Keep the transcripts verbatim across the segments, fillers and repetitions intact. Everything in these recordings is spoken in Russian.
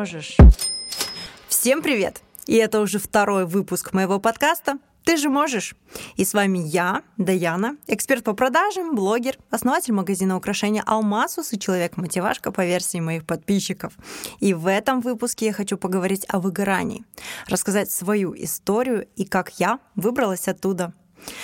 можешь. Всем привет! И это уже второй выпуск моего подкаста «Ты же можешь». И с вами я, Даяна, эксперт по продажам, блогер, основатель магазина украшения «Алмазус» и человек-мотивашка по версии моих подписчиков. И в этом выпуске я хочу поговорить о выгорании, рассказать свою историю и как я выбралась оттуда.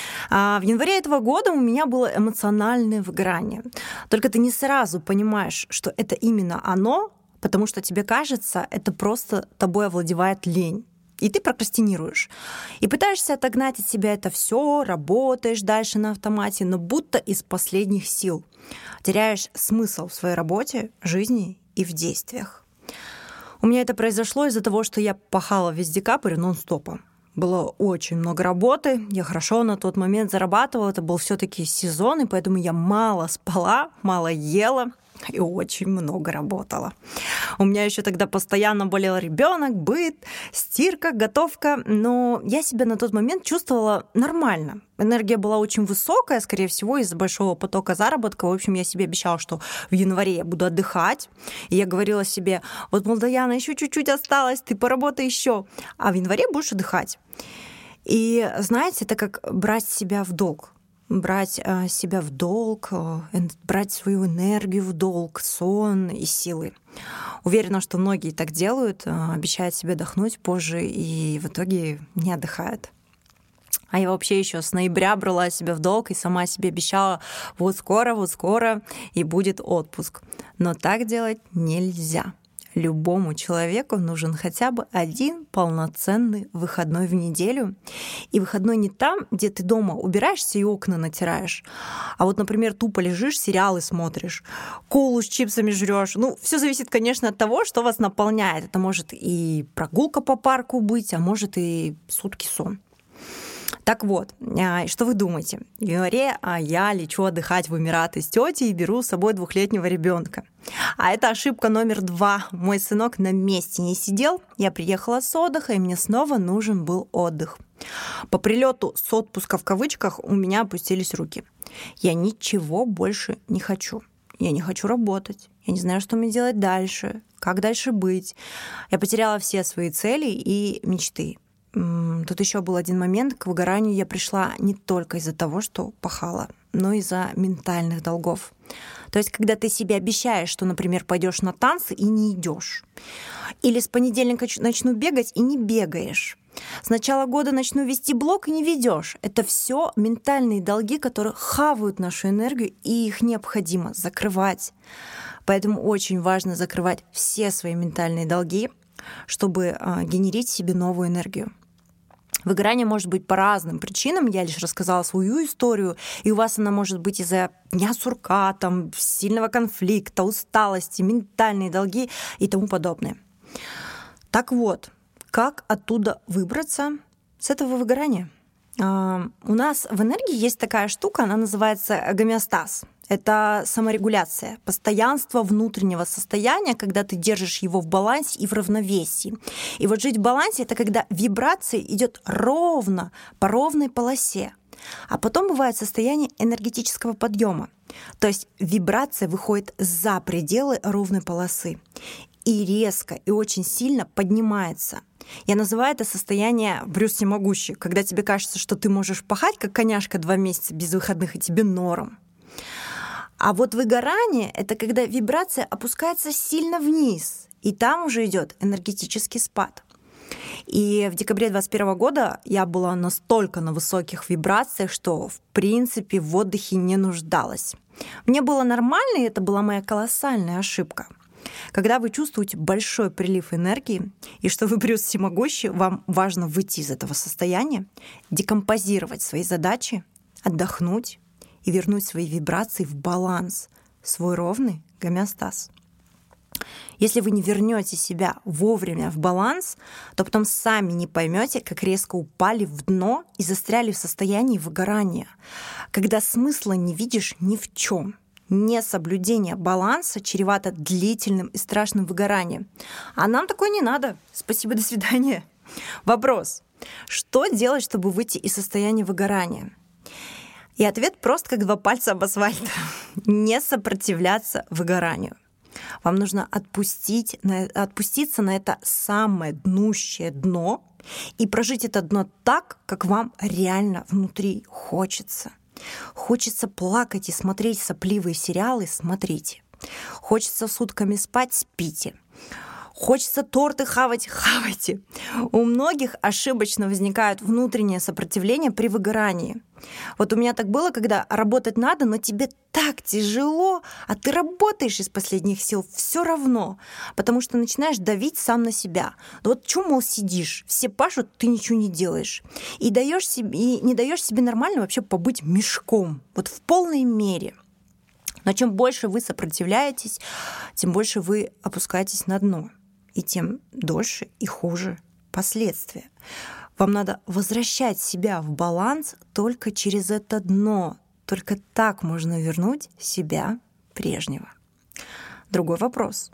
В январе этого года у меня было эмоциональное выгорание. Только ты не сразу понимаешь, что это именно оно, потому что тебе кажется, это просто тобой овладевает лень. И ты прокрастинируешь. И пытаешься отогнать от себя это все, работаешь дальше на автомате, но будто из последних сил. Теряешь смысл в своей работе, жизни и в действиях. У меня это произошло из-за того, что я пахала весь декабрь нон-стопом. Было очень много работы, я хорошо на тот момент зарабатывала, это был все-таки сезон, и поэтому я мало спала, мало ела и очень много работала. У меня еще тогда постоянно болел ребенок, быт, стирка, готовка, но я себя на тот момент чувствовала нормально. Энергия была очень высокая, скорее всего, из-за большого потока заработка. В общем, я себе обещала, что в январе я буду отдыхать. И я говорила себе, вот, мол, Даяна, еще чуть-чуть осталось, ты поработай еще, а в январе будешь отдыхать. И, знаете, это как брать себя в долг. Брать э, себя в долг, э, брать свою энергию в долг, сон и силы. Уверена, что многие так делают, э, обещают себе отдохнуть позже и в итоге не отдыхают. А я вообще еще с ноября брала себя в долг и сама себе обещала, вот скоро, вот скоро и будет отпуск. Но так делать нельзя. Любому человеку нужен хотя бы один полноценный выходной в неделю. И выходной не там, где ты дома убираешься и окна натираешь, а вот, например, тупо лежишь, сериалы смотришь, колу с чипсами жрешь. Ну, все зависит, конечно, от того, что вас наполняет. Это может и прогулка по парку быть, а может и сутки сон. Так вот, что вы думаете? В январе я лечу отдыхать в Эмираты с тетей и беру с собой двухлетнего ребенка. А это ошибка номер два. Мой сынок на месте не сидел. Я приехала с отдыха, и мне снова нужен был отдых. По прилету с отпуска в кавычках у меня опустились руки. Я ничего больше не хочу. Я не хочу работать. Я не знаю, что мне делать дальше, как дальше быть. Я потеряла все свои цели и мечты. Тут еще был один момент, к выгоранию я пришла не только из-за того, что пахала, но и из-за ментальных долгов. То есть, когда ты себе обещаешь, что, например, пойдешь на танцы и не идешь, или с понедельника начну бегать и не бегаешь, с начала года начну вести блог и не ведешь. Это все ментальные долги, которые хавают нашу энергию, и их необходимо закрывать. Поэтому очень важно закрывать все свои ментальные долги, чтобы генерить себе новую энергию. Выгорание может быть по разным причинам. Я лишь рассказала свою историю, и у вас она может быть из-за дня сурка, там, сильного конфликта, усталости, ментальные долги и тому подобное. Так вот, как оттуда выбраться с этого выгорания? У нас в энергии есть такая штука, она называется гомеостаз. Это саморегуляция, постоянство внутреннего состояния, когда ты держишь его в балансе и в равновесии. И вот жить в балансе — это когда вибрация идет ровно, по ровной полосе. А потом бывает состояние энергетического подъема. То есть вибрация выходит за пределы ровной полосы и резко, и очень сильно поднимается. Я называю это состояние «Брюс всемогущий», когда тебе кажется, что ты можешь пахать, как коняшка, два месяца без выходных, и тебе норм. А вот выгорание — это когда вибрация опускается сильно вниз, и там уже идет энергетический спад. И в декабре двадцать первого года я была настолько на высоких вибрациях, что в принципе в отдыхе не нуждалась. Мне было нормально, и это была моя колоссальная ошибка. Когда вы чувствуете большой прилив энергии, и что вы Брюс всемогущий, вам важно выйти из этого состояния, декомпозировать свои задачи, отдохнуть и вернуть свои вибрации в баланс, свой ровный гомеостаз. Если вы не вернете себя вовремя в баланс, то потом сами не поймете, как резко упали в дно и застряли в состоянии выгорания, когда смысла не видишь ни в чем. Несоблюдение баланса чревато длительным и страшным выгоранием. А нам такое не надо. Спасибо, до свидания. Вопрос. Что делать, чтобы выйти из состояния выгорания? И ответ прост, как два пальца об асфальт. Не сопротивляться выгоранию. Вам нужно отпустить, отпуститься на это самое днущее дно и прожить это дно так, как вам реально внутри хочется. Хочется плакать и смотреть сопливые сериалы — смотрите. Хочется сутками спать — спите. Хочется торты хавать — хавайте. У многих ошибочно возникает внутреннее сопротивление при выгорании. Вот у меня так было, когда работать надо, но тебе так тяжело, а ты работаешь из последних сил все равно, потому что начинаешь давить сам на себя. Да вот чё, мол, сидишь, все пашут, ты ничего не делаешь. И, даешь себе, и не даешь себе нормально вообще побыть мешком, вот в полной мере. Но чем больше вы сопротивляетесь, тем больше вы опускаетесь на дно. И тем дольше и хуже последствия. Вам надо возвращать себя в баланс только через это дно. Только так можно вернуть себя прежнего. Другой вопрос.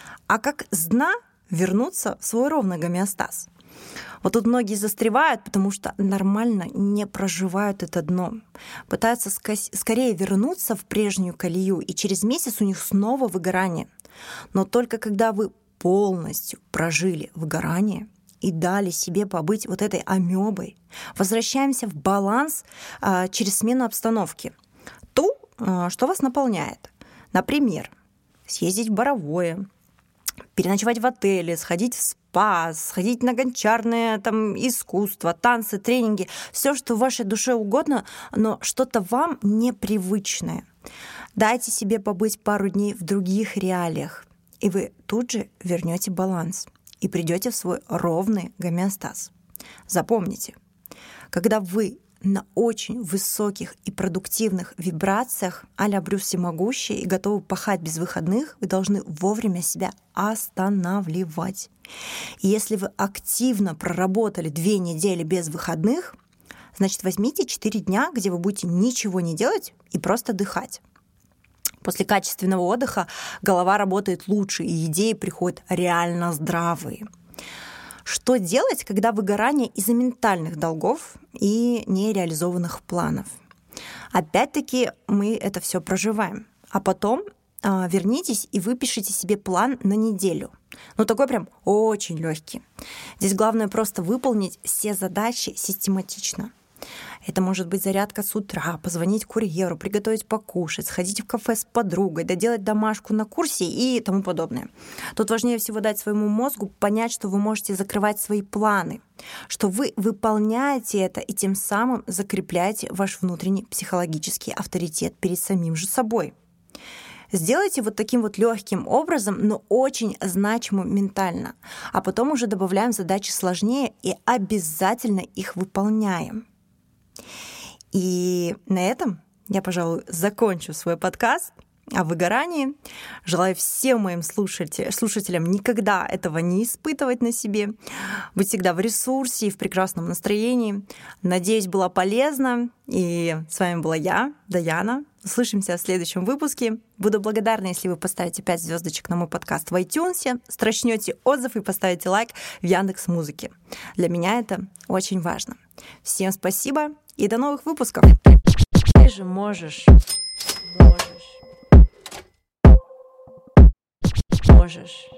А как с дна вернуться в свой ровный гомеостаз? Вот тут многие застревают, потому что нормально не проживают это дно. Пытаются скорее вернуться в прежнюю колею, и через месяц у них снова выгорание. Но только когда вы полностью прожили выгорание и дали себе побыть вот этой амебой, возвращаемся в баланс а, через смену обстановки. То, а, что вас наполняет. Например, съездить в Боровое, переночевать в отеле, сходить в спа, сходить на гончарное там, искусство, танцы, тренинги, все, что в вашей душе угодно, но что-то вам непривычное. Дайте себе побыть пару дней в других реалиях, и вы тут же вернете баланс и придете в свой ровный гомеостаз. Запомните, когда вы на очень высоких и продуктивных вибрациях а-ля Брюс Всемогущий и готовы пахать без выходных, вы должны вовремя себя останавливать. И если вы активно проработали две недели без выходных, значит, возьмите четыре дня, где вы будете ничего не делать и просто дыхать. После качественного отдыха голова работает лучше, и идеи приходят реально здравые. Что делать, когда выгорание из-за ментальных долгов и нереализованных планов? Опять-таки мы это все проживаем. А потом э, вернитесь и выпишите себе план на неделю. Ну, такой прям очень легкий. Здесь главное просто выполнить все задачи систематично. Это может быть зарядка с утра, позвонить курьеру, приготовить покушать, сходить в кафе с подругой, доделать домашку на курсе и тому подобное. Тут важнее всего дать своему мозгу понять, что вы можете закрывать свои планы, что вы выполняете это и тем самым закрепляете ваш внутренний психологический авторитет перед самим же собой. Сделайте вот таким вот легким образом, но очень значимым ментально, а потом уже добавляем задачи сложнее и обязательно их выполняем. И на этом я, пожалуй, закончу свой подкаст о выгорании. Желаю всем моим слушателям, слушателям никогда этого не испытывать на себе, быть всегда в ресурсе и в прекрасном настроении. Надеюсь, было полезно. И с вами была я, Даяна. Услышимся в следующем выпуске. Буду благодарна, если вы поставите пять звездочек на мой подкаст в iTunes, строчнете отзыв и поставите лайк в Яндекс.Музыке. Для меня это очень важно. Всем спасибо и до новых выпусков. Ты же можешь. Можешь. Можешь.